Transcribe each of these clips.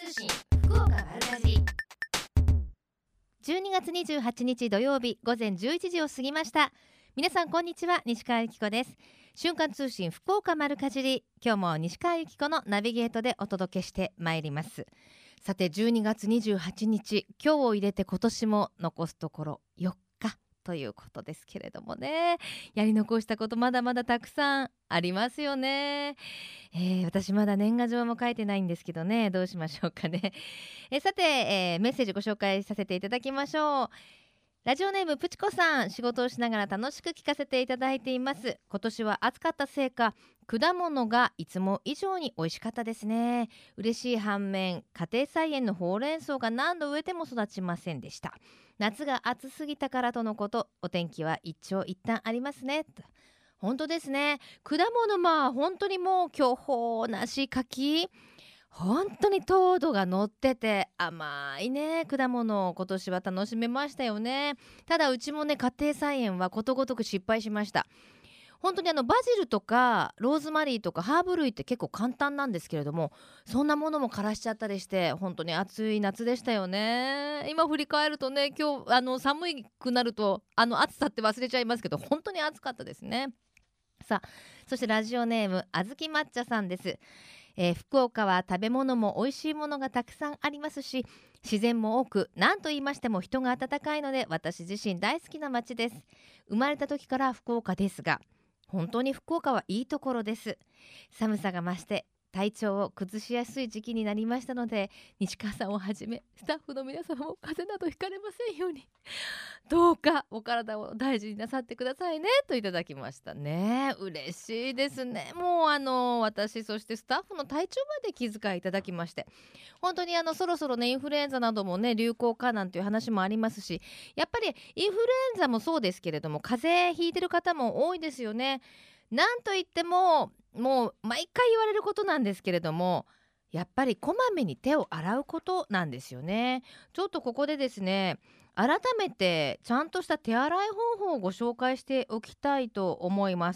通信福岡丸かじり。12月28日土曜日午前11時を過ぎました。皆さんこんにちは、西川由紀子です。瞬間通信福岡丸かじり、今日も西川由紀子のナビゲートでお届けしてまいります。さて12月28日、今日を入れて今年も残すところ4日ということですけれどもね、やり残したことまだまだたくさんありますよね。私まだ年賀状も書いてないんですけどね、どうしましょうかね。さて、メッセージご紹介させていただきましょう。ラジオネームプチコさん、仕事をしながら楽しく聞かせていただいています。今年は暑かったせいか果物がいつも以上に美味しかったですね。嬉しい反面、家庭菜園のほうれん草が何度植えても育ちませんでした。夏が暑すぎたからとのこと。お天気は一長一短ありますね。本当ですね。果物、本当にもう巨峰、梨、柿、本当に糖度が乗ってて甘いね。果物を今年は楽しめましたよね。ただうちもね、家庭菜園はことごとく失敗しました。本当にバジルとかローズマリーとかハーブ類って結構簡単なんですけれども、そんなものも枯らしちゃったりして本当に暑い夏でしたよね。今振り返るとね、今日寒くなると暑さって忘れちゃいますけど、本当に暑かったですね。さあ、そしてラジオネームあずき抹茶さんです。福岡は食べ物も美味しいものがたくさんありますし、自然も多く、何と言いましても人が温かいので、私自身大好きな街です。生まれた時から福岡ですが、本当に福岡はいいところです。寒さが増して体調を崩しやすい時期になりましたので、西川さんをはじめスタッフの皆様も風邪などひかれませんように、どうかお体を大事になさってくださいね、といただきましたね。嬉しいですね。もう私、そしてスタッフの体調まで気遣いいただきまして、本当にそろそろね、インフルエンザなどもね、流行かなんていう話もありますし、やっぱりインフルエンザもそうですけれども、風邪ひいてる方も多いですよね。なんといってももう毎回言われることなんですけれども、やっぱりこまめに手を洗うことなんですよね。ちょっとここでですね、改めてちゃんとした手洗い方法をご紹介しておきたいと思います。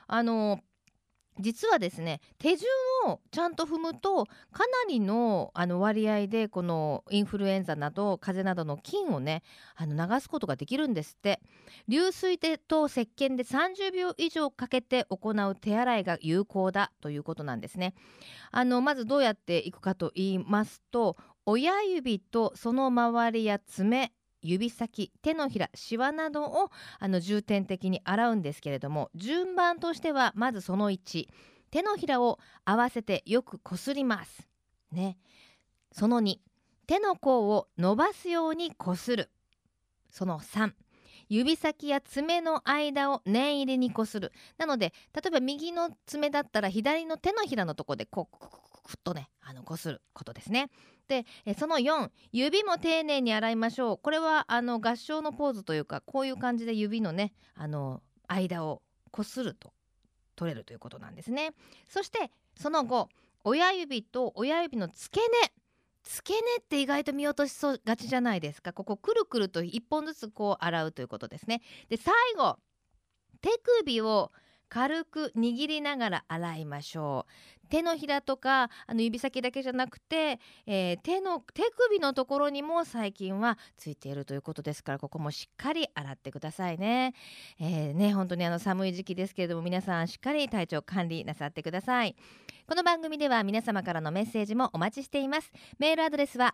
実はですね、手順をちゃんと踏むとかなりの割合でこのインフルエンザなど風邪などの菌をね、流すことができるんですって。流水でと石鹸で30秒以上かけて行う手洗いが有効だということなんですね。まずどうやっていくかと言いますと、親指とその周りや爪、指先、手のひら、シワなどを重点的に洗うんですけれども、順番としてはまずその1、手のひらを合わせてよくこすりますね。その2、手の甲を伸ばすようにこする。その3、指先や爪の間を念入りにこする。なので例えば右の爪だったら左の手のひらのところでこうふっとねこすることですね。でその4、指も丁寧に洗いましょう。これは合掌のポーズというか、こういう感じで指のね間をこすると取れるということなんですね。そしてその後、親指と親指の付け根って意外と見落としそうがちじゃないですか。ここくるくると1本ずつこう洗うということですね。で最後、手首を軽く握りながら洗いましょう。手のひらとか指先だけじゃなくて、手首のところにも細菌はついているということですから、ここもしっかり洗ってくださいね。本当に寒い時期ですけれども、皆さんしっかり体調管理なさってください。この番組では皆様からのメッセージもお待ちしています。メールアドレスは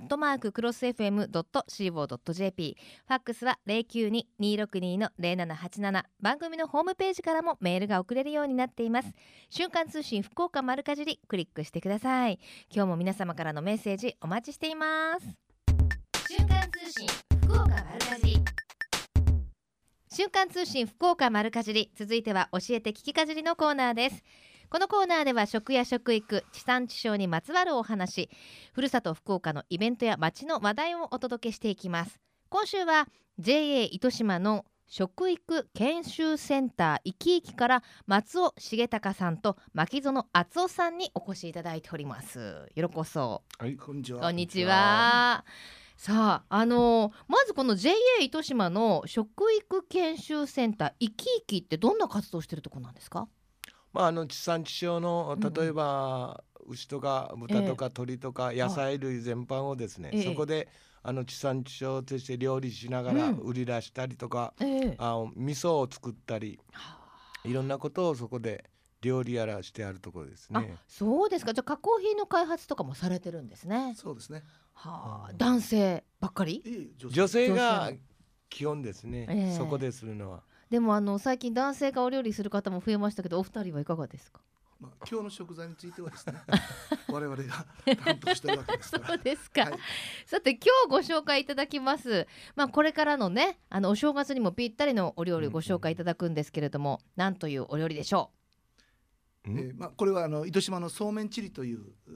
丸@crossfm.co.jp、 ファックスは 092-262-0787、 番組のホームページからもメールが送れるようになっています。瞬間通信福岡丸かじり、クリックしてください。今日も皆様からのメッセージお待ちしています。 瞬間通信福岡丸かじり。 瞬間通信福岡丸かじり、続いては教えて聞きかじりのコーナーです。このコーナーでは食や食育、地産地消にまつわるお話、ふるさと福岡のイベントや街の話題をお届けしていきます。今週は JA 糸島の食育研修センターいきいきから松尾重隆さんと牧園敦夫さんにお越しいただいております。よろこそ。 はい、こんにちは。 こんにちは。さあ、まずこの JA 糸島の食育研修センターいきいきってどんな活動してるところなんですか？ 地産地消の例えば、 牛とか豚とか鶏とか野菜類全般をですね、そこで地産地消として料理しながら売り出したりとか、味噌を作ったり、いろんなことをそこで料理やらしてあるところですね。 そうですか。じゃあ加工品の開発とかもされてるんですね。 そうですね。 男性ばっかり？ 女性が基本ですね、そこでするのは。 でも最近男性がお料理する方も増えましたけど、お二人はいかがですか？ 今日の食材についてはですね我々が担当してるわけですからそうですか、さて今日ご紹介いただきます、これからのねお正月にもぴったりのお料理をご紹介いただくんですけれども、何というお料理でしょう？これは糸島のそうめんチリという、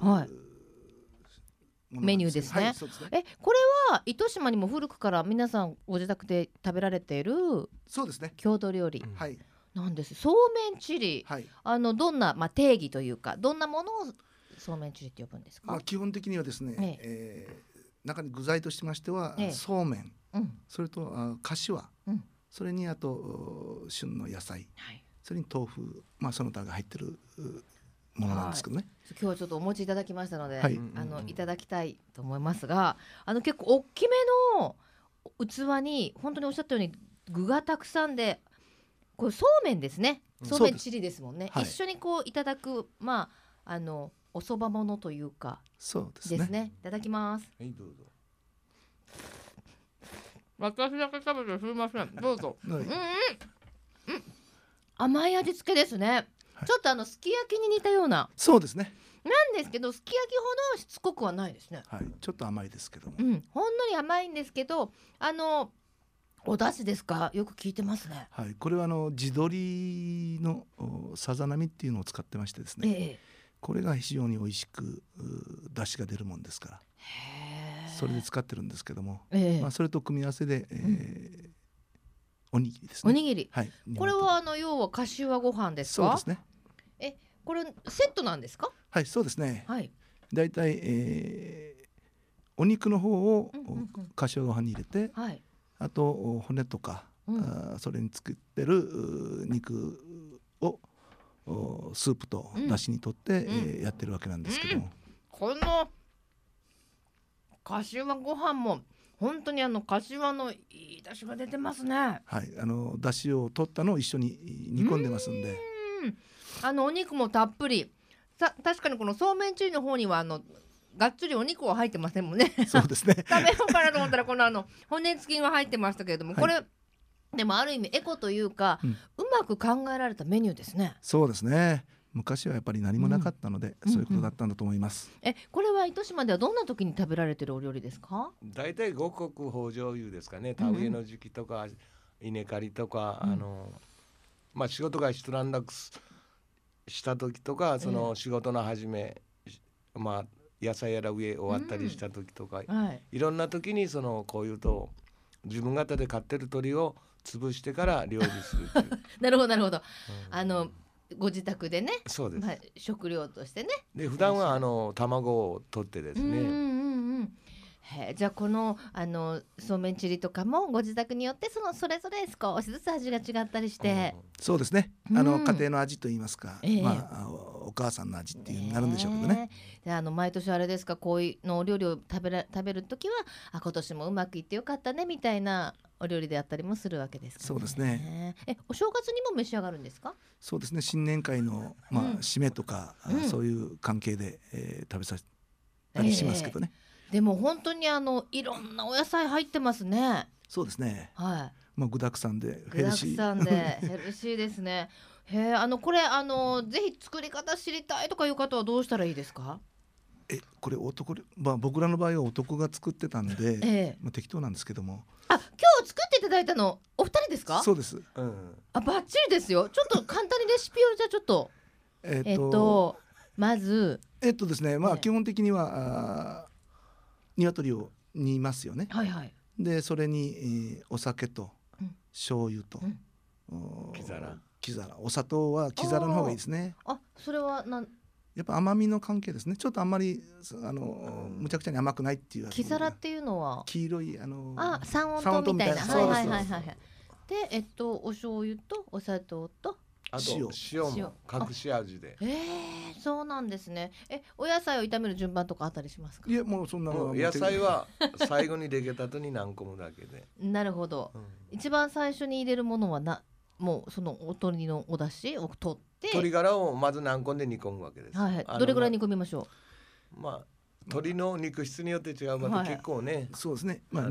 メニューですね。これは糸島にも古くから皆さんご自宅で食べられているそうですね、 郷土料理なんです。そうめんチリ、どんな、定義というかどんなものをそうめんチリって呼ぶんですか？ 基本的にはですね、中に具材としましては、そうめん、それとかしわ、それにあと旬の野菜、それに豆腐、その他が入ってるものなんですけどね。 今日はちょっとお持ちいただきましたので、いただきたいと思いますが、結構大きめの器に本当におっしゃったように具がたくさんで、これそうめんですね。そうめんチリですもんね。一緒にいただくおそばものというかですね。いただきます。 はい、どうぞ。 私だけ食べてすみません。どうぞ。甘い味付けですね。ちょっとすき焼きに似たような。 そうですね。 なんですけど、すき焼きほどしつこくはないですね。 ちょっと甘いですけども、 ほんのり甘いんですけど、お出汁ですか、よく効いてますね。 これは地鶏のさざ波っていうのを使ってましてですね、これが非常に美味しく出汁が出るもんですから、それで使ってるんですけども、それと組み合わせで、おにぎりですね。 おにぎり、これは要はかしわご飯ですか？ そうですね。 これセットなんですか？ そうですね。だいたいお肉の方をかしわご飯に入れて、あと骨とか、それに作ってる肉をスープとだしにとってやってるわけなんですけども、 このかしわご飯も本当にかしわのいいだしが出てますね。 だしを取ったのを一緒に煮込んでますんで、 お肉もたっぷり。確かにこのそうめんチリの方にはがっつりお肉は入ってませんもんね。 そうですね。 食べようかなと思ったらこの骨付きが入ってましたけれども、これでもある意味エコというか、うまく考えられたメニューですね。 そうですね。昔はやっぱり何もなかったので、そういうことだったんだと思います。 これは糸島ではどんな時に食べられてるお料理ですか？ だいたい五穀豊穣湯ですかね。田植えの時期とか稲刈りとか、仕事が一段落した時とか、その仕事の始め、野菜やら植え終わったりした時とか、いろんな時にこういうと自分方で飼ってる鶏を潰してから料理するっていうなるほどなるほど、ご自宅でね。 そうです、 食料としてね。 で普段は卵を取ってですね、 じゃあこのそうめんチリとかもご自宅によってそれぞれ少しずつ味が違ったりして、 そうですね。家庭の味といいますか、お母さんの味っていうになるんでしょうけどね。 で毎年あれですか、こういうのお料理を食べる時は今年もうまくいってよかったねみたいなお料理であったりもするわけですかね。 そうですね。 お正月にも召し上がるんですか？ そうですね。新年会の締めとか、そういう関係で食べさせたりしますけどね。 でも本当にいろんなお野菜入ってますね。 そうですね。具沢山でヘルシー。 具沢山でヘルシーですね。これぜひ作り方知りたいとかいう方はどうしたらいいですか？ これ僕らの場合は男が作ってたんで、適当なんですけども。 今日作っていただいたのお二人ですか？ そうです。 バッチリですよ。ちょっと簡単にレシピをじゃあちょっとまずですね、基本的には鶏を煮ますよね。でそれに、お酒と醤油と、木皿、お砂糖は木皿の方がいいですね。 それはやっぱ甘みの関係ですね。ちょっとあんまりむちゃくちゃに甘くないっていう。 木皿っていうのは黄色い三温糖みたいな。でお醤油とお砂糖とあと塩も隠し味で。 そうなんですね。お野菜を炒める順番とかあったりしますか？ いやもうそんなの野菜は最後に出来た後に何個もだけで。 なるほど、一番最初に入れるものはもうそのお鶏のお出汁を取って鶏ガラをまず何個で煮込むわけです。 どれぐらい煮込みましょう？鶏の肉質によって違う。また結構ね、 そうですね。 もう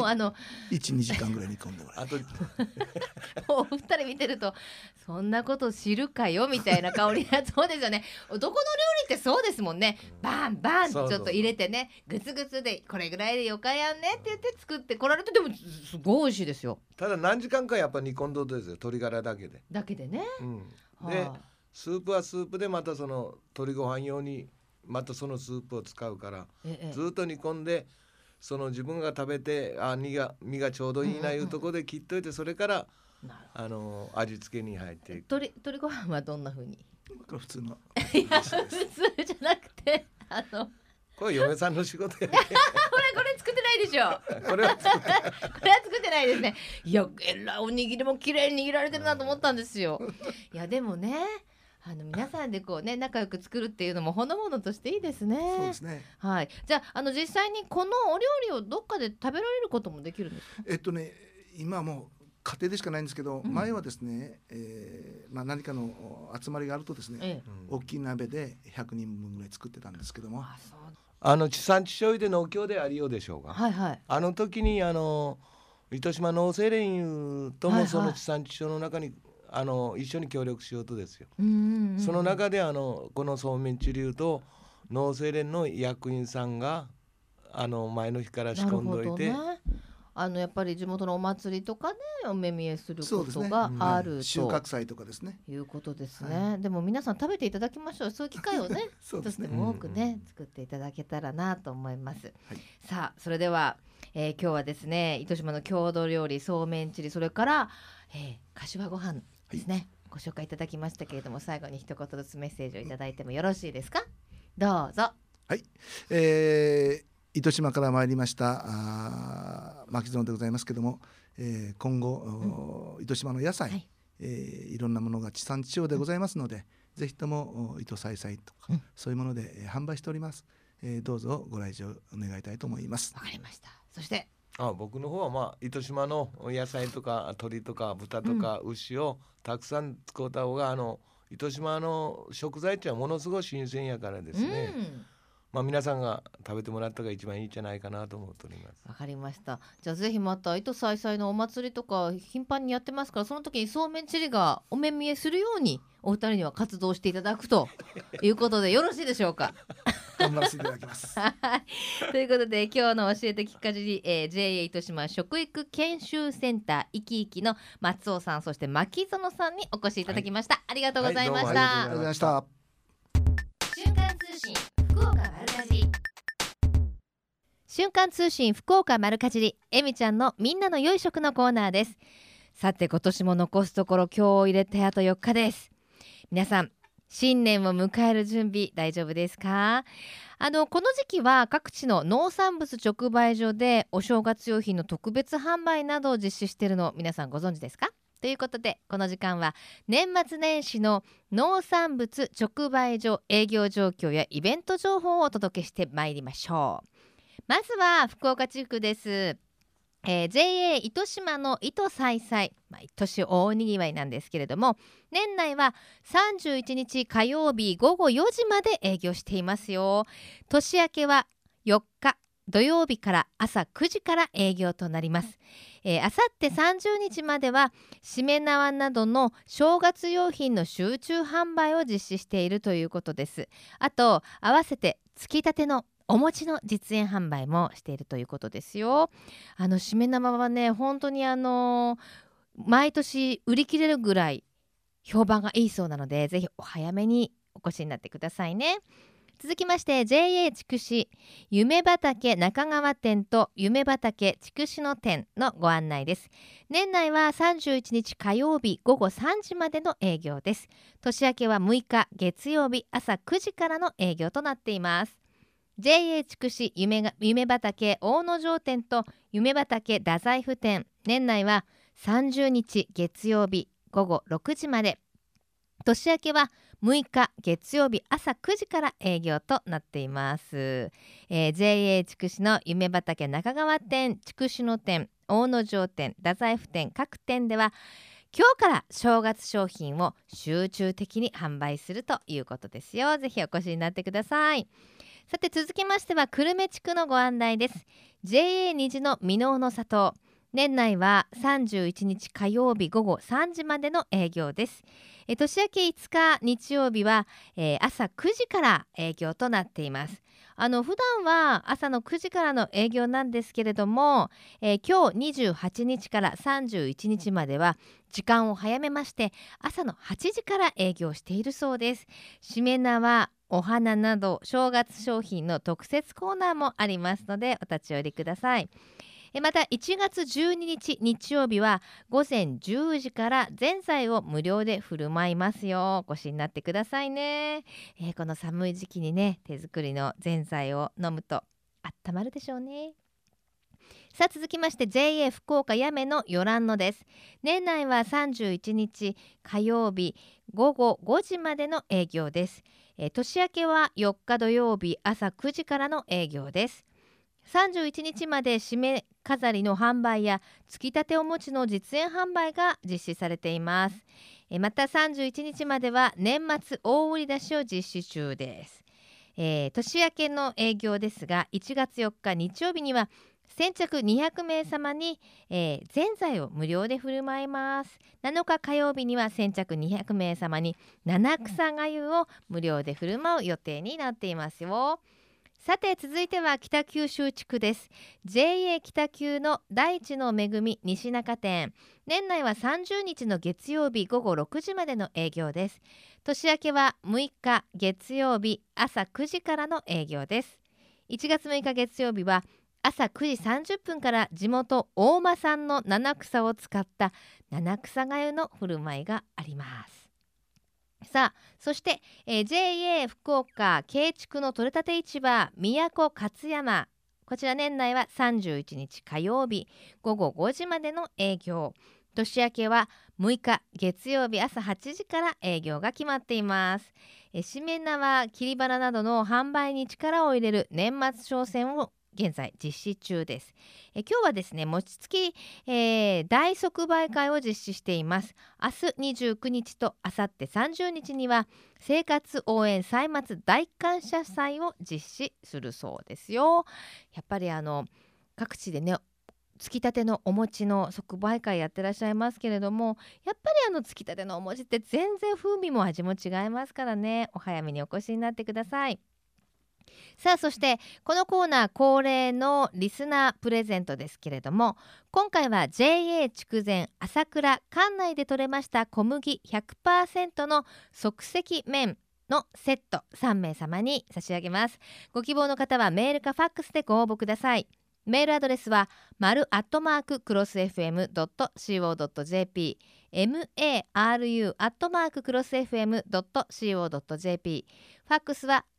1、2時間ぐらい煮込んでもらう。 もうお二人見てるとそんなこと知るかよみたいな香りがそうですよね。どこの料理ってそうですもんね。バンバンってちょっと入れてね、グツグツでこれぐらいでよかやんねって言って作ってこられて、でもすごい美味しいですよ。 ただ何時間かやっぱ煮込んどるとですよ、鶏ガラだけでね、でスープはスープでまたその鶏ご飯用にまたそのスープを使うから、ずっと煮込んで、その自分が食べて身がちょうどいいないうところで切っといて、それから味付けに入っていく。 鶏ご飯はどんな風に？ 普通のいや普通じゃなくてこれ嫁さんの仕事やね。 これ作ってないでしょ。これは作ってないですね。いやおにぎりも綺麗に握られてるなと思ったんですよ。いやでもね、皆さんでこうね仲良く作るっていうのもほのぼのとしていいですね。 そうですね。 はい。じゃあ実際にこのお料理をどっかで食べられることもできるんですか？ 今もう家庭でしかないんですけど、前はですね、何かの集まりがあるとですね、大きい鍋で100人分ぐらい作ってたんですけども、 地産地消で農協でありようでしょうが、あの時に糸島農政連ともその地産地消の中に一緒に協力しようとですよ。その中でこのそうめんち流と農政連の役員さんが前の日から仕込んどいて、 やっぱり地元のお祭りとかねお目見えすることがあると、 収穫祭とかですね、 いうことですね。でも皆さん食べていただきましょう。そういう機会をね一つでも多くね作っていただけたらなと思います。さあそれでは、今日はですね糸島の郷土料理そうめんチリ、それから、柏ご飯ですね、ご紹介いただきましたけれども、最後に一言ずつメッセージをいただいてもよろしいですか？どうぞ。 はい、糸島から参りました牧園でございますけども、今後、糸島の野菜、いろんなものが地産地消でございますので、ぜひとも糸菜菜とか、そういうもので、販売しております。どうぞご来場お願いたいと思います。 わかりました。そして僕の方は糸島の野菜とか鶏とか豚とか牛をたくさん使った方が糸島の食材っていうのはものすごい新鮮やからですね、皆さんが食べてもらったが一番いいんじゃないかなと思っております。 わかりました。じゃあぜひまた糸菜菜のお祭りとか頻繁にやってますから、その時にそうめんチリがお目見えするようにお二人には活動していただくということでよろしいでしょうか？ 頑張らせていただきます。 ということで今日の教えてきかじり、JA 糸島食育研修センターいきいきの松尾さん、そして牧園さんにお越しいただきました。ありがとうございました。 ありがとうございました。 瞬間通信福岡丸かじり。 瞬間通信福岡丸かじり、えみちゃんのみんなの良い食のコーナーです。さて今年も残すところ今日を入れてあと4日です。皆さん新年を迎える準備大丈夫ですか？この時期は各地の農産物直売所でお正月用品の特別販売などを実施しているの皆さんご存知ですか？ということでこの時間は年末年始の農産物直売所営業状況やイベント情報をお届けしてまいりましょう。まずは福岡地区です。JA 糸島の糸菜菜、毎年大にぎわいなんですけれども、年内は31日火曜日午後4時まで営業していますよ。年明けは4日土曜日から朝9時から営業となります。あさって30日まではしめ縄などの正月用品の集中販売を実施しているということです。あと合わせてつきたてのお餅の実演販売もしているということですよ。しめ縄はね本当に毎年売り切れるぐらい評判がいいそうなので、ぜひお早めにお越しになってくださいね。続きまして JA 筑紫夢畑中川店と夢畑筑紫の店のご案内です。年内は31日火曜日午後3時までの営業です。年明けは6日月曜日朝9時からの営業となっています。JA 筑紫夢畑大野城店と夢畑太宰府店、年内は30日月曜日午後6時まで、 年明けは6日月曜日朝9時から営業となっています。JA 筑紫の夢畑中川店、筑紫野店、大野城店、太宰府店各店では今日から正月商品を集中的に販売するということですよ。ぜひお越しになってください。さて続きましては久留米地区のご案内です。 JA 虹の箕面の里、年内は31日火曜日午後3時までの営業です。年明け5日日曜日は、朝9時から営業となっています。普段は朝の9時からの営業なんですけれども、今日28日から31日までは時間を早めまして朝の8時から営業しているそうです。しめ縄、お花など正月商品の特設コーナーもありますのでお立ち寄りください。また1月12日日曜日は午前10時からぜんざいを無料で振る舞いますよ。お越しになってくださいね。この寒い時期にね、手作りのぜんざいを飲むとあったまるでしょうね。さあ続きまして JA 福岡八女のよらんのです。年内は31日火曜日午後5時までの営業です。年明けは4日土曜日朝9時からの営業です。31日まで締め飾りの販売やつきたてお餅の実演販売が実施されています。また31日までは年末大売り出しを実施中です。年明けの営業ですが1月4日日曜日には先着200名様に、ぜんざいを無料で振る舞います。7日火曜日には先着200名様に七草がゆを無料で振る舞う予定になっていますよ。さて続いては北九州地区です。 JA 北九の大地の恵み西中店、年内は30日の月曜日午後6時までの営業です。年明けは6日月曜日朝9時からの営業です。1月6日月曜日は朝9時30分から地元大間産の七草を使った七草がゆの振る舞いがあります。さあそして、JA 福岡慶畜の取れたて市場都勝山、こちら年内は31日火曜日午後5時までの営業、年明けは6日月曜日朝8時から営業が決まっています。しめ縄、切り花などの販売に力を入れる年末商戦を現在実施中です。今日はですね餅つき、大即売会を実施しています。明日29日と明後日30日には生活応援歳末大感謝祭を実施するそうですよ。やっぱり各地でねつきたてのお餅の即売会やってらっしゃいますけれども、やっぱりつきたてのお餅って全然風味も味も違いますからね、お早めにお越しになってください。さあそしてこのコーナー恒例のリスナープレゼントですけれども、今回は JA 筑前朝倉管内で採れました小麦 100% の即席麺のセット3名様に差し上げます。ご希望の方はメールかファックスでご応募ください。メールアドレスはmaru@crossfm.co.jp maru@crossfm.co.jp、 ファックスは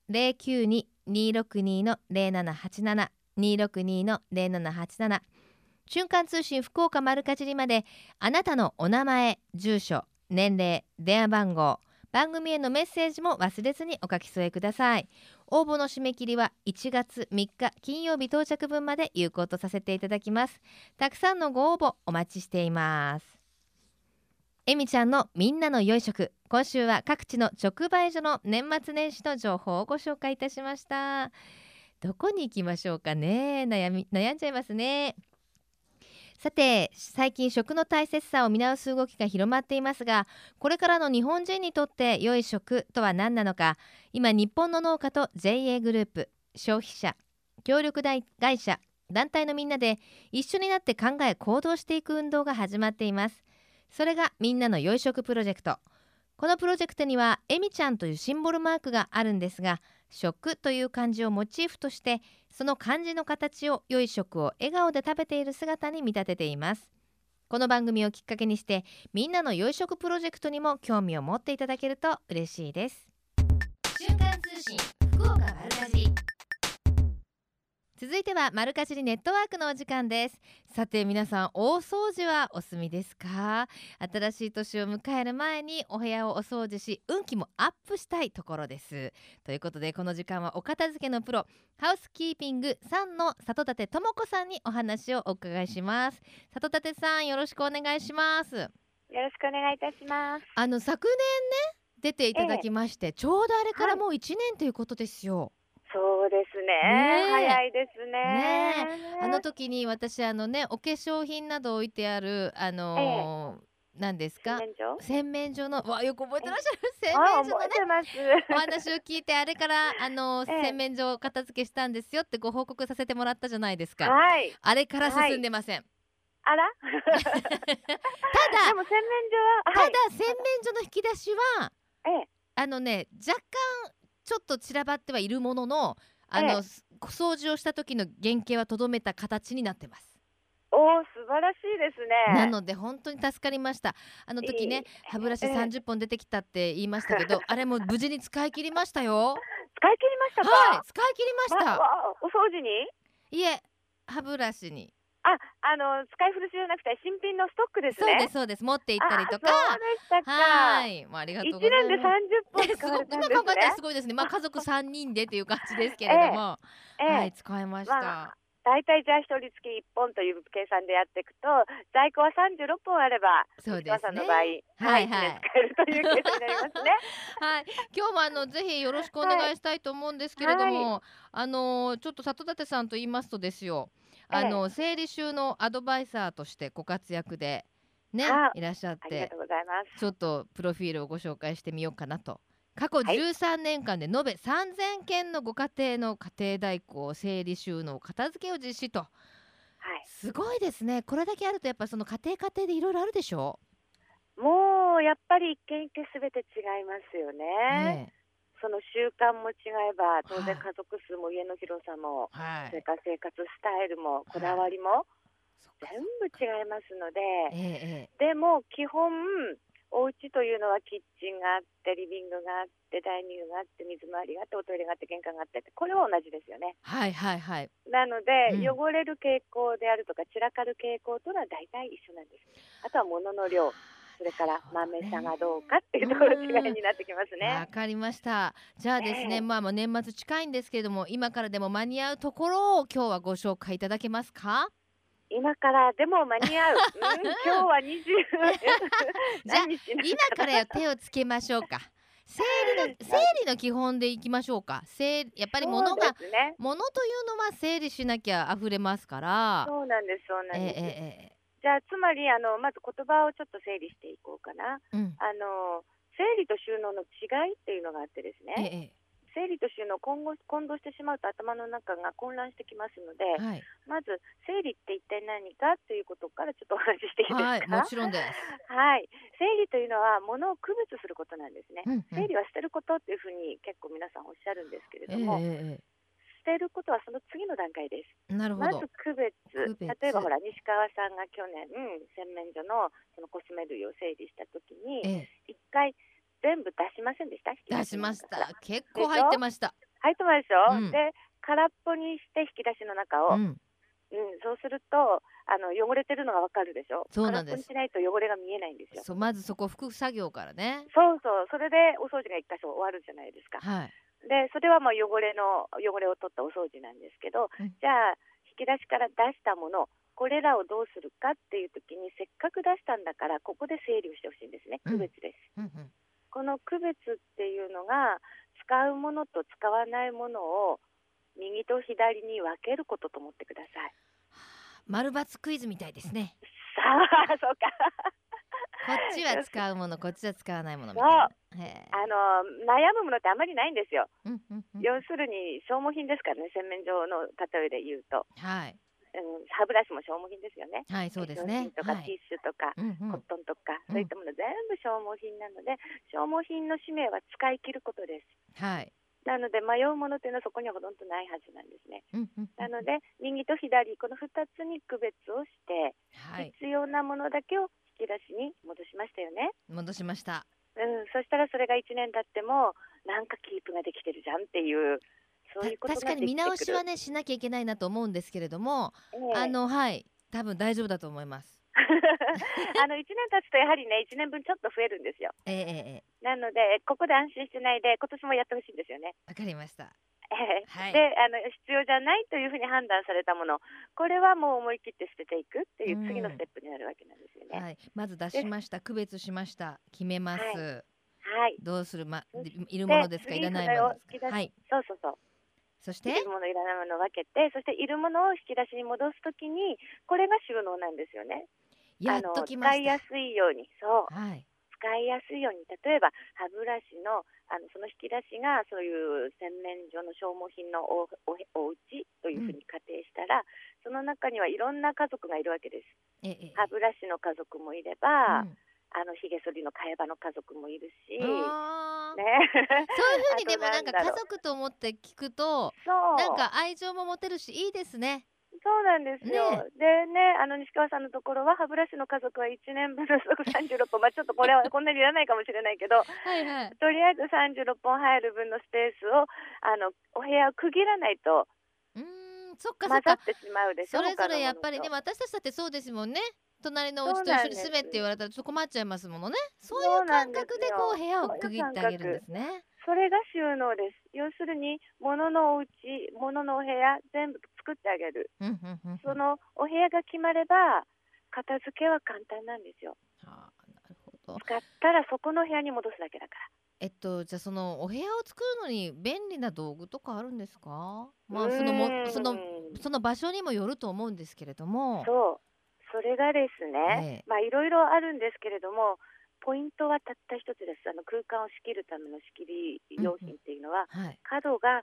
092-262-0787 262-0787、瞬間通信福岡丸かじりまであなたのお名前、住所、年齢、電話番号、番組へのメッセージも忘れずにお書き添えください。応募の締め切りは1月3日金曜日到着分まで有効とさせていただきます。たくさんのご応募お待ちしています。えみちゃんのみんなの良い食、今週は各地の直売所の年末年始の情報をご紹介いたしました。どこに行きましょうかね、悩んじゃいますね。さて最近食の大切さを見直す動きが広まっていますが、これからの日本人にとって良い食とは何なのか、今日本の農家と JA グループ、消費者、協力会社、団体のみんなで一緒になって考え行動していく運動が始まっています。それがみんなの良い食プロジェクト。このプロジェクトにはえみちゃんというシンボルマークがあるんですが、食という漢字をモチーフとしてその漢字の形を良い食を笑顔で食べている姿に見立てています。この番組をきっかけにしてみんなの良い食プロジェクトにも興味を持っていただけると嬉しいです。 瞬間通信福岡丸かじり。 続いてはマルカジリネットワークのお時間です。さて皆さん、大掃除はお済みですか？新しい年を迎える前にお部屋をお掃除し、運気もアップしたいところです。ということで、この時間はお片付けのプロ、ハウスキーピング3の里立智子さんにお話をお伺いします。里立さん、よろしくお願いします。 よろしくお願いいたします。 昨年ね、出ていただきまして、ちょうどあれからもう1年ということですよ。 そうですね。早いですね。 あの時に私お化粧品など置いてある何ですか、洗面所のよく覚えてらっしゃる洗面所のねお話を聞いて、あれから洗面所を片付けしたんですよってご報告させてもらったじゃないですか。あれから進んでません。 あらただでも洗面所は、 ただ洗面所の引き出しは若干ちょっと散らばってはいるものの、掃除をした時の原型はとどめた形になってます。 おー、素晴らしいですね。 なので本当に助かりました。あの時ね、歯ブラシ30本出てきたって言いましたけど、あれも無事に使い切りましたよ。 使い切りましたか？ はい、使い切りました。 お掃除に？ いえ、歯ブラシに。 使い古しじゃなくて新品のストックですね。 そうです、持って行ったりとか。 そうでしたか。 はい、ありがとうございます。 1年で30本使われたんですね。 今考えたらすごいですね。家族3人でっていう感じですけれども、はい、使いました。 だいたいじゃあ1人月1本という計算でやっていくと、在庫は36本あれば、 そうですね。 さんの場合、使えるという計算になりますね。 はい、今日もぜひよろしくお願いしたいと思うんですけれども、ちょっと里立さんと言いますとですよ、整理収納アドバイザーとしてご活躍でね、いらっしゃって、 ありがとうございます。 ちょっとプロフィールをご紹介してみようかなと。過去13年間で延べ3000件のご家庭の家庭代行、整理収納、片付けを実施と、すごいですね。これだけあるとやっぱその家庭でいろいろあるでしょう。もうやっぱり一軒一軒すべて違いますよね。その習慣も違えば、当然家族数も家の広さも、それから生活スタイルもこだわりも全部違いますので、でも基本お家というのはキッチンがあって、リビングがあって、ダイニングがあって、水回りがあって、おトイレがあって、玄関があって、これは同じですよね。なので、汚れる傾向であるとか散らかる傾向というのは大体一緒なんです。あとは物の量、それから豆さがどうかっていうところ違いになってきますね。 わかりました。じゃあですね、もう年末近いんですけれども、今からでも間に合うところを今日はご紹介いただけますか？ 今からでも間に合う。今日は20 じゃあ今から手をつけましょうか。整理の基本でいきましょうか。やっぱり物というのは整理しなきゃ溢れますから。 そうなんです。じゃあつまりまず言葉をちょっと整理していこうかな。整理と収納の違いっていうのがあってですね、整理と収納混同してしまうと頭の中が混乱してきますので、まず整理って一体何かということからちょっとお話ししていいですか？ もちろんです。 整理というのは物を区別することなんですね。整理は捨てることっていうふうに結構皆さんおっしゃるんですけれども、捨てることはその次の段階です。まず区別。例えば西川さんが去年洗面所のそのコスメ類を整理した時に、一回全部出しませんでした？ 出しました。結構入ってました。 入ってますでしょ。で、空っぽにして引き出しの中を、そうすると汚れてるのがわかるでしょ。 そうなんです。 空っぽにしないと汚れが見えないんですよ。 まずそこ拭く作業からね。 それでお掃除が一箇所終わるじゃないですか。で、それは汚れを取ったお掃除なんですけど、じゃあ引き出しから出したもの、これらをどうするかっていう時に、せっかく出したんだからここで整理をしてほしいんですね。区別です。この区別っていうのが、使うものと使わないものを右と左に分けることと思ってください。 丸×クイズみたいですね。 そうか。 こっちは使うもの、こっちは使わないものみたいな。 悩むものってあんまりないんですよ。要するに消耗品ですからね。洗面所の例えで言うと、歯ブラシも消耗品ですよね。 そうですね。 とかティッシュとかコットンとか、そういったもの全部消耗品なので、消耗品の使命は使い切ることです。なので迷うものというのはそこにはほとんどないはずなんですね。なので右と左、この2つに区別をして、必要なものだけを引き出しに戻しましたよね。 戻しました。 そしたらそれが1年経ってもなんかキープができてるじゃんっていう、 そういうことが確かに見直しはねしなきゃいけないなと思うんですけれども、はい多分大丈夫だと思います。 1年経つとやはりね1年分ちょっと増えるんですよ。なのでここで安心してないで今年もやってほしいんですよね。 わかりました。 で必要じゃないというふうに判断されたもの、これはもう思い切って捨てていくっていう次のステップになるわけなんですよね。 まず出しました、区別しました、決めます。どうする、いるものですか、いらないものですか。 そうそしているものいらないものを分けて、そしているものを引き出しに戻すときにこれが収納なんですよね。 やっときました。 使いやすいように、使いやすいように、例えば歯ブラシのその引き出しがそういう洗面所の消耗品のお家というふうに仮定したら、その中にはいろんな家族がいるわけです。歯ブラシの家族もいれば、ひげ剃りの替え刃の家族もいるし、そういうふうにでもなんか家族と思って聞くとなんか愛情も持てるしいいですね。 そうなんですよ。でね、西川さんのところは歯ブラシの家族は1年分のストック36本、ちょっとこれはこんなにいらないかもしれないけどとりあえず36本入る分のスペースをお部屋を区切らないと混ざってしまうでしょ。 それぞれやっぱりね、私たちだってそうですもんね。隣のお家と一緒に住めって言われたらちょっと困っちゃいますものね。そういう感覚でこう部屋を区切ってあげるんですね。 それが収納です。要するに物のお家、物のお部屋全部作ってあげる。そのお部屋が決まれば片付けは簡単なんですよ。なるほど。使ったらそこの部屋に戻すだけだから。 じゃあそのお部屋を作るのに便利な道具とかあるんですか？その場所にもよると思うんですけれども。 それがですね、いろいろあるんですけれども、ポイントはたった一つです。空間を仕切るための仕切り用品っていうのは、角が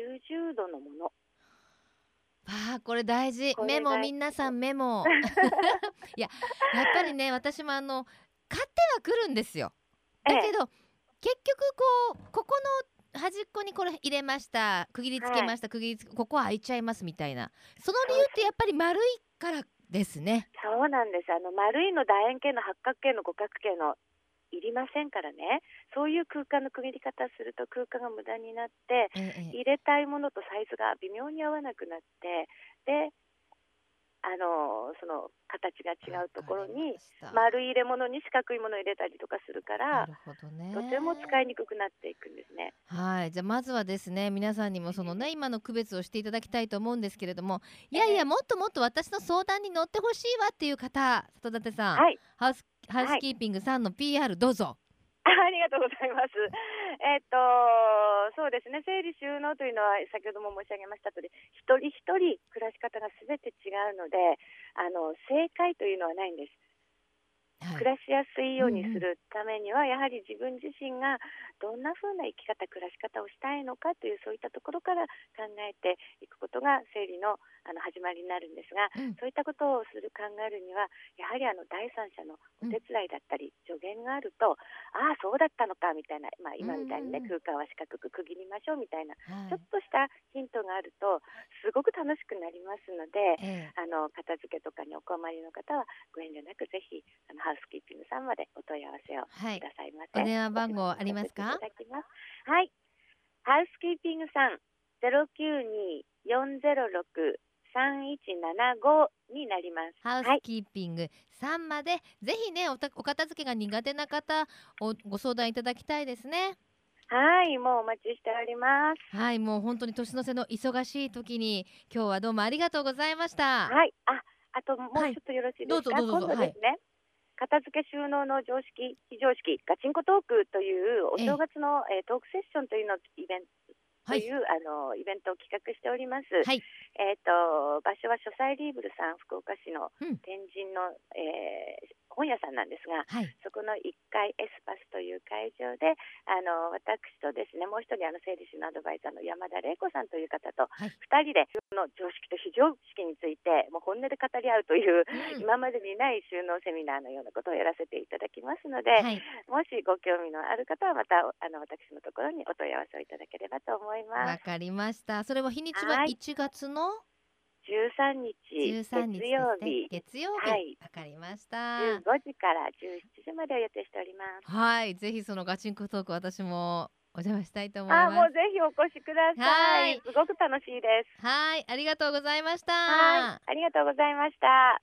90度のもの。 これ大事。メモ、皆さんメモ。いや、やっぱりね、私も買ってはくるんですよ。だけど結局ここの端っこにこれ入れました、区切りつけました、ここは開いちゃいますみたいな、その理由ってやっぱり丸いからですね。 そうなんです。丸いの、楕円形の、八角形の、五角形のいりませんからね。そういう空間の区切り方すると空間が無駄になって、入れたいものとサイズが微妙に合わなくなって、でその形が違うところに丸い入れ物に四角いものを入れたりとかするから、とても使いにくくなっていくんですね。 じゃあまずはですね、皆さんにもそのね今の区別をしていただきたいと思うんですけれども、いやいやもっともっと私の相談に乗ってほしいわっていう方、里舘さん、ハウスキーピングさんの PR どうぞ。 ありがとうございます。そうですね、整理収納というのは先ほども申し上げましたとおり、一人一人暮らし方が全て違うので、正解というのはないんです。暮らしやすいようにするためには、やはり自分自身がどんな風な生き方、暮らし方をしたいのかという、そういったところから考えていくことが整理の始まりになるんですが、そういったことを考えるには、やはり第三者のお手伝いだったり助言があると、そうだったのかみたいな、今みたいにね、空間は四角く区切りましょうみたいな、ちょっとしたヒントがあるとすごく楽しくなりますので、片付けとかにお困りの方はご遠慮なくぜひハウスキーピングさんまでお問い合わせをくださいませ。 お電話番号ありますか？ はい、ハウスキーピングさん 092-406-3175 になります。 ハウスキーピングさんまで、ぜひねお片付けが苦手な方ご相談いただきたいですね。 はい、もうお待ちしております。 はい、もう本当に年の瀬の忙しい時に今日はどうもありがとうございました。 はい、あともうちょっとよろしいですか？今度ですね、片付け収納の常識、非常識、ガチンコトークというお正月のトークセッションというのイベントというイベントを企画しております。場所は書斎リーブルさん、福岡市の天神の、本屋さんなんですが、そこの1階エスパスという会場で私とですね、もう一人整理収納アドバイザーの山田玲子さんという方と2人で収納の常識と非常識についてもう本音で語り合うという、今までにない収納セミナーのようなことをやらせていただきますので、もしご興味のある方はまた私のところにお問い合わせをいただければと思います。 わかりました。それは日にちは1月の 13日月曜日、 わかりました。 15時から17時までを予定しております。 はい、ぜひそのガチンコトーク私もお邪魔したいと思います。 もうぜひお越しください。すごく楽しいです。 はい、ありがとうございました。 はい、ありがとうございました。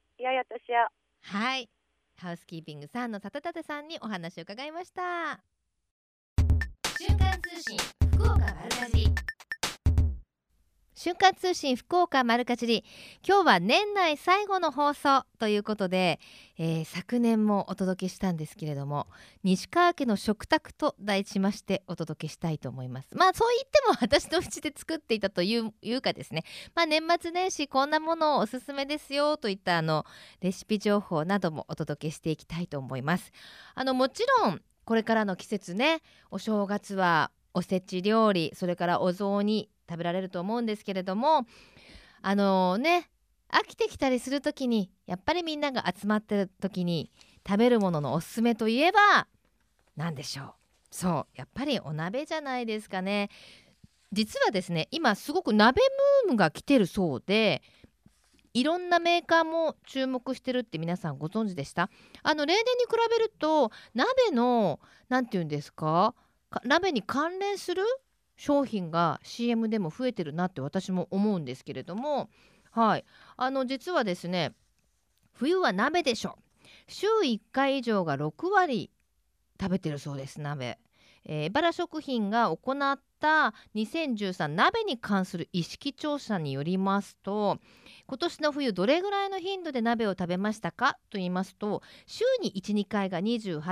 良いお年を。 はい、ハウスキーピングさんのたたたてさんにお話を伺いました。 瞬間通信福岡丸かじり。 瞬間通信福岡丸かじり、今日は年内最後の放送ということで、昨年もお届けしたんですけれども、西川家の食卓と題しましてお届けしたいと思います。そう言っても私の家で作っていたというかですね、年末年始こんなものをおすすめですよといったレシピ情報などもお届けしていきたいと思います。もちろんこれからの季節ね、お正月はおせち料理、それからお雑煮食べられると思うんですけれども、飽きてきたりするときに、やっぱりみんなが集まってるときに食べるもののおすすめといえば何でしょう。そう、やっぱりお鍋じゃないですかね。実はですね、今すごく鍋ブームが来てるそうで、いろんなメーカーも注目してるって皆さんご存知でした？例年に比べると鍋のなんていうんですか、鍋に関連する商品が CM でも増えてるなって私も思うんですけれども、はい、実はですね、冬は鍋でしょ、週1回以上が6割食べてるそうです、鍋。エバラ食品が行った2013鍋に関する意識調査によりますと、今年の冬どれぐらいの頻度で鍋を食べましたかと言いますと、週に 1,2 回が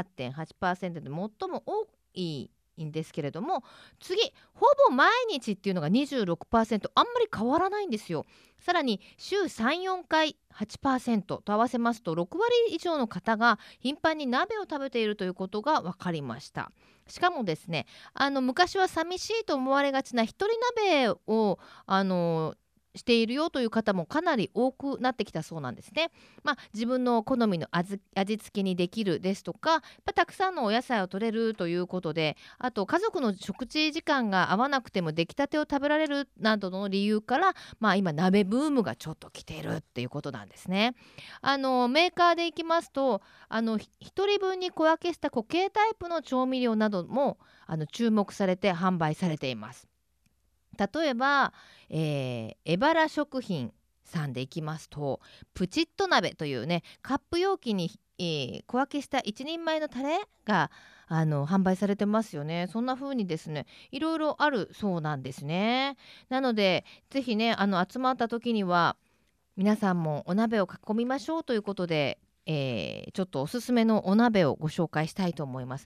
28.8% で最も多いんですけれども、次ほぼ毎日っていうのが 26%、 あんまり変わらないんですよ。さらに週 3,4 回 8% と合わせますと、6割以上の方が頻繁に鍋を食べているということが分かりました。しかもですね、昔は寂しいと思われがちな一人鍋をしているよという方もかなり多くなってきたそうなんですね。自分の好みの味付けにできるですとか、たくさんのお野菜を取れるということで、あと家族の食事時間が合わなくても出来たてを食べられるなどの理由から、今鍋ブームがちょっと来ているっていうことなんですね。メーカーでいきますと、1人分に小分けした固形タイプの調味料なども注目されて販売されています。例えば、エバラ食品さんでいきますと、プチッと鍋というね、カップ容器に、小分けした1人前のタレが販売されてますよね。そんな風にですね、いろいろあるそうなんですね。なのでぜひね、集まった時には皆さんもお鍋を囲みましょうということで、ちょっとおすすめのお鍋をご紹介したいと思います。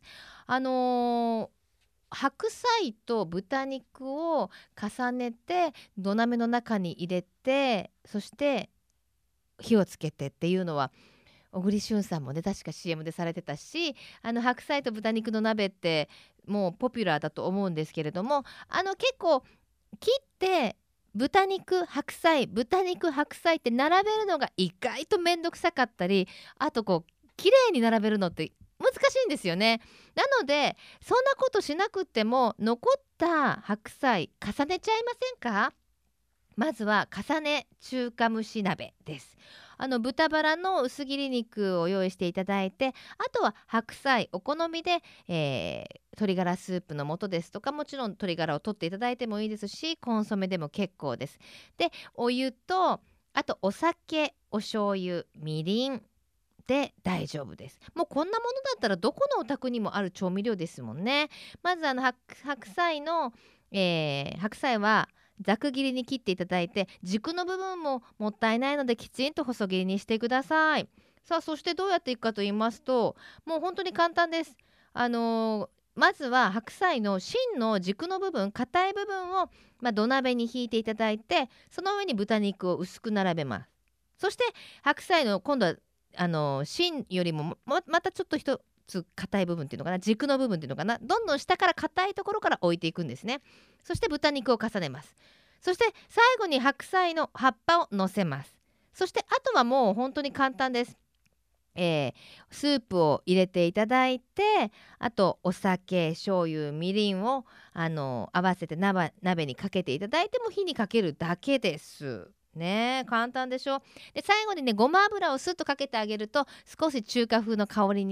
白菜と豚肉を重ねて土鍋の中に入れて、そして火をつけてっていうのは小栗旬さんもね、確か CM でされてたし、白菜と豚肉の鍋ってもうポピュラーだと思うんですけれども、結構切って豚肉白菜って並べるのが意外とめんどくさかったり、あと綺麗に並べるのって難しいんですよね。なのでそんなことしなくっても、残った白菜重ねちゃいませんか？まずは重ね中華蒸し鍋です。豚バラの薄切り肉を用意していただいて、あとは白菜お好みで、鶏ガラスープの素ですとか、もちろん鶏ガラを取っていただいてもいいですし、コンソメでも結構です。で、お湯と、あとお酒、お醤油、みりんで大丈夫です。もうこんなものだったらどこのお宅にもある調味料ですもんね。まず白菜はざく切りに切っていただいて、軸の部分ももったいないのできちんと細切りにしてください。さあ、そしてどうやっていくかと言いますと、もう本当に簡単です。まずは白菜の芯の軸の部分、硬い部分を、土鍋にひいていただいて、その上に豚肉を薄く並べます。そして白菜の今度は芯よりもまたちょっと一つ硬い部分っていうのかな、軸の部分っていうのかな、どんどん下から硬いところから置いていくんですね。そして豚肉を重ねます。そして最後に白菜の葉っぱを乗せます。そしてあとはもう本当に簡単です。スープを入れていただいて、あとお酒、醤油、みりんを合わせて鍋にかけていただいても火にかけるだけですね。簡単でしょ。で、最後にね、ごま油をスッとかけてあげると少し中華風の香りになっ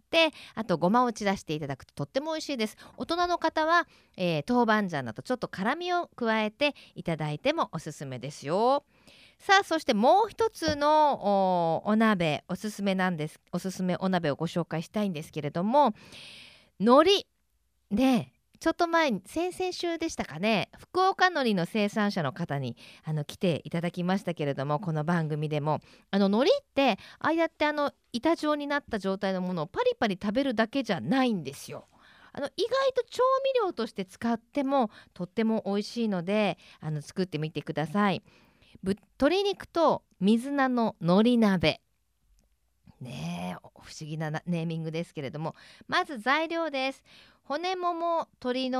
て、あとごまを散らしていただくととっても美味しいです。大人の方は、豆板醤などちょっと辛みを加えていただいてもおすすめですよ。さあ、そしてもう一つのお鍋、おすすめお鍋をご紹介したいんですけれども、海苔でちょっと前に先々週でしたかね、福岡海苔の生産者の方に来ていただきましたけれども、この番組でも海苔ってああやって板状になった状態のものをパリパリ食べるだけじゃないんですよ。意外と調味料として使ってもとっても美味しいので作ってみてください。鶏肉と水菜の海苔鍋ねえ、不思議なネーミングですけれども、まず材料です。鶏もも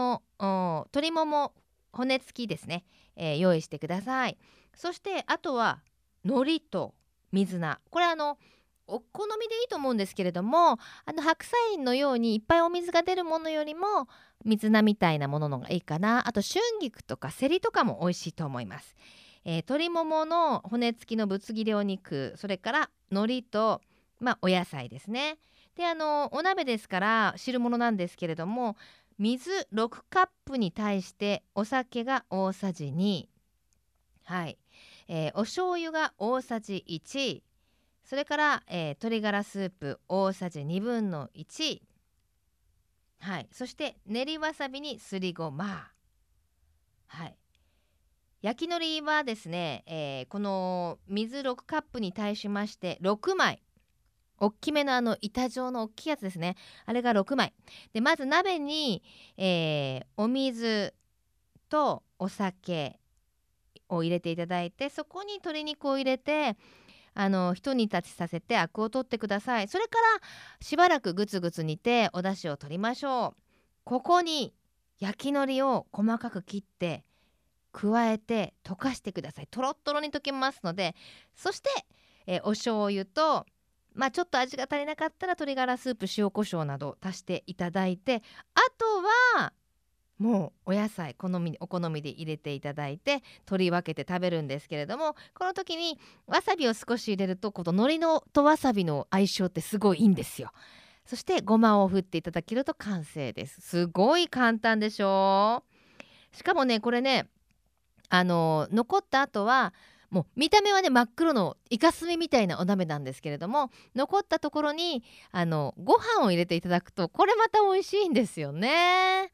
骨付きですね、用意してください。そしてあとは海苔と水菜、これお好みでいいと思うんですけれども、白菜のようにいっぱいお水が出るものよりも水菜みたいなもののがいいかな。あと春菊とかセリとかも美味しいと思います。鶏ももの骨付きのぶつ切りお肉、それから海苔と、お野菜ですね。でお鍋ですから汁物なんですけれども、水6カップに対してお酒が大さじ2、お醤油が大さじ1、それから、鶏ガラスープ大さじ1/2、そして練りわさびにすりごま、焼き海苔はですね、この水6カップに対しまして6枚、大きめの板状の大きいやつですね、あれが6枚で、まず鍋に、お水とお酒を入れていただいて、そこに鶏肉を入れて一煮立ちさせてアクを取ってください。それからしばらくぐつぐつ煮てお出汁を取りましょう。ここに焼き海苔を細かく切って加えて溶かしてください。とろっとろに溶けますので、そして、お醤油とちょっと味が足りなかったら鶏ガラスープ、塩コショウなど足していただいて、あとはもうお野菜お好みで入れていただいて取り分けて食べるんですけれども、この時にわさびを少し入れるとこの海苔とわさびの相性ってすごいいいんですよ。そしてごまを振っていただけると完成です。すごい簡単でしょ。しかもね、これね残った後はもう見た目はね真っ黒のイカスミみたいなお鍋なんですけれども、残ったところにご飯を入れていただくとこれまた美味しいんですよね。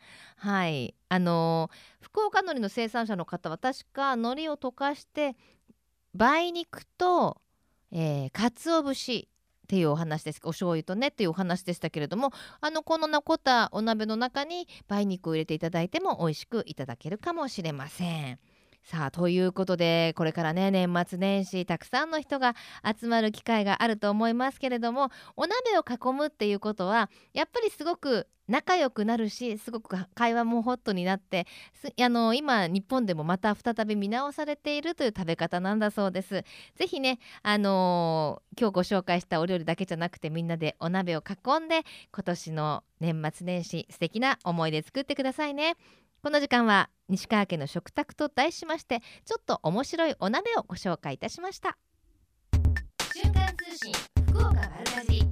福岡海苔の生産者の方は確か海苔を溶かして梅肉と、鰹節っていうお話です。お醤油とねっていうお話でしたけれども、この残ったお鍋の中に梅肉を入れていただいても美味しくいただけるかもしれません。さあ、ということでこれからね年末年始たくさんの人が集まる機会があると思いますけれども、お鍋を囲むっていうことはやっぱりすごく仲良くなるし、すごく会話もホットになって今日本でもまた再び見直されているという食べ方なんだそうです。ぜひね今日ご紹介したお料理だけじゃなくて、みんなでお鍋を囲んで今年の年末年始素敵な思い出作ってくださいね。この時間は西川家の食卓と題しまして、ちょっと面白いお鍋をご紹介いたしました。 瞬間通信福岡丸かじり。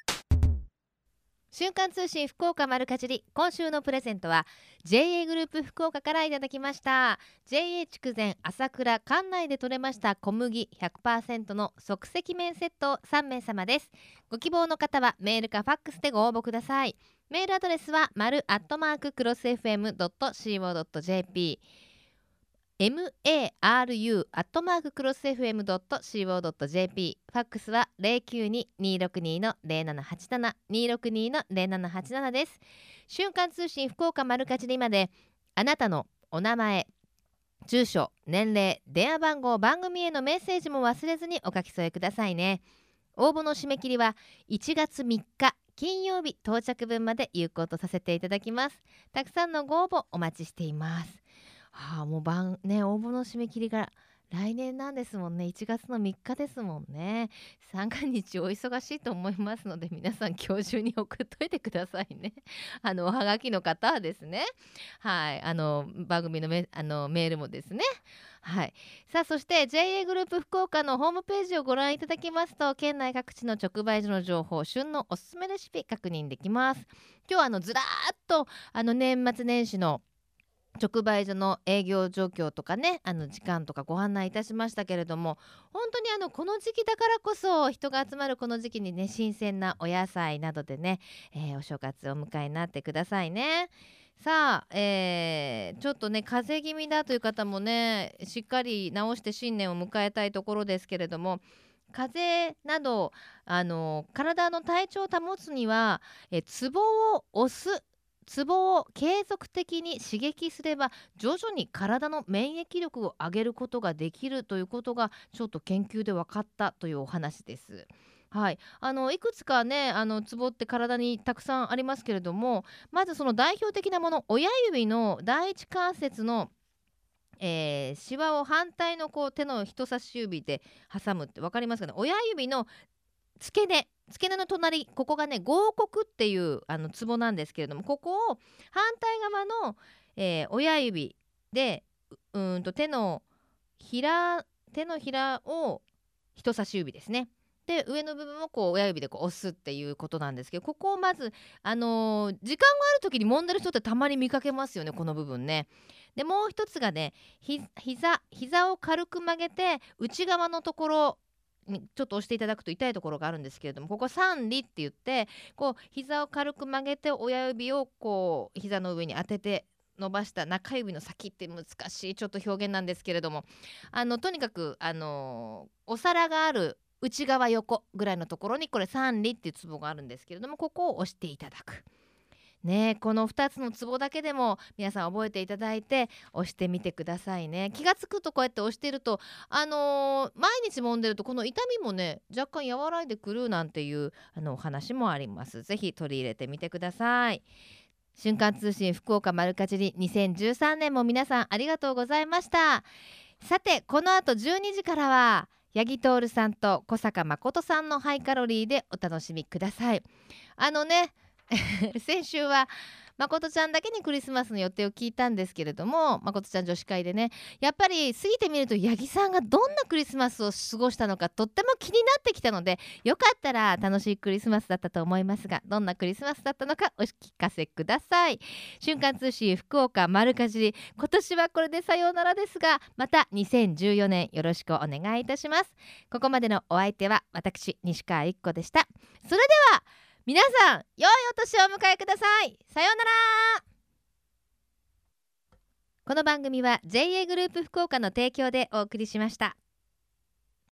瞬間通信福岡丸かじり、今週のプレゼントは JA グループ福岡からいただきました。 JA 筑前朝倉管内で採れました小麦 100% の即席麺セット3名様です。ご希望の方はメールかファックスでご応募ください。メールアドレスはmaru@crossfm.co.jp maru@crossfm.co.jp、 ファックスは 092-262-0787 262-0787 です。瞬間通信福岡丸かじりまで、あなたのお名前、住所、年齢、電話番号、番組へのメッセージも忘れずにお書き添えくださいね。応募の締め切りは1月3日金曜日到着分まで有効とさせていただきます。たくさんのご応募お待ちしています。もう応募の締め切りが来年なんですもんね。1月の3日ですもんね。三が日お忙しいと思いますので、皆さん今日中に送っといてくださいね。おはがきの方はですね、番組のメールもですね、 はい、さあそして JA グループ福岡のホームページをご覧いただきますと、県内各地の直売所の情報、旬のおすすめレシピ確認できます。今日はずらーっと年末年始の直売所の営業状況とかね、時間とかご案内いたしましたけれども、本当にこの時期だからこそ、人が集まるこの時期にね、新鮮なお野菜などでね、お正月をお迎えになってくださいね。さあ、ちょっとね風邪気味だという方もね、しっかり治して新年を迎えたいところですけれども、風邪など体の体調を保つには、ツボを押す、ツボを継続的に刺激すれば徐々に体の免疫力を上げることができるということがちょっと研究で分かったというお話です。はい、いくつかねツボって体にたくさんありますけれども、まずその代表的なもの、親指の第一関節のシワを反対の手の人差し指で挟むって分かりますかね。親指の付け根の隣、ここがね合谷っていうツボなんですけれども、ここを反対側の、親指で手のひらを人差し指ですね、で上の部分を親指で押すっていうことなんですけど、ここをまず、時間がある時に揉んでる人ってたまに見かけますよね、この部分ね。でもう一つがね、膝を軽く曲げて内側のところにちょっと押していただくと痛いところがあるんですけれども、ここ三里って言って、膝を軽く曲げて親指を膝の上に当てて伸ばした中指の先って難しいちょっと表現なんですけれども、とにかくお皿がある内側横ぐらいのところにこれ三里っていうツボがあるんですけれども、ここを押していただくね。この2つのツボだけでも皆さん覚えていただいて押してみてくださいね。気がつくとこうやって押してると毎日揉んでるとこの痛みもね若干和らいでくるなんていうお話もあります。ぜひ取り入れてみてください。瞬間通信福岡丸かじり2013年も皆さんありがとうございました。さてこの後12時からは八木徹さんと小坂誠さんのハイカロリーでお楽しみください。先週は誠ちゃんだけにクリスマスの予定を聞いたんですけれども、誠ちゃん女子会でね、やっぱり過ぎてみると八木さんがどんなクリスマスを過ごしたのかとっても気になってきたので、よかったら楽しいクリスマスだったと思いますが、どんなクリスマスだったのかお聞かせください。瞬間通信福岡丸かじり、今年はこれでさようならですが、また2014年よろしくお願いいたします。ここまでのお相手は私西川由紀子でした。それでは皆さん良いお年をお迎えください。さようなら。この番組は JA グループ福岡の提供でお送りしました。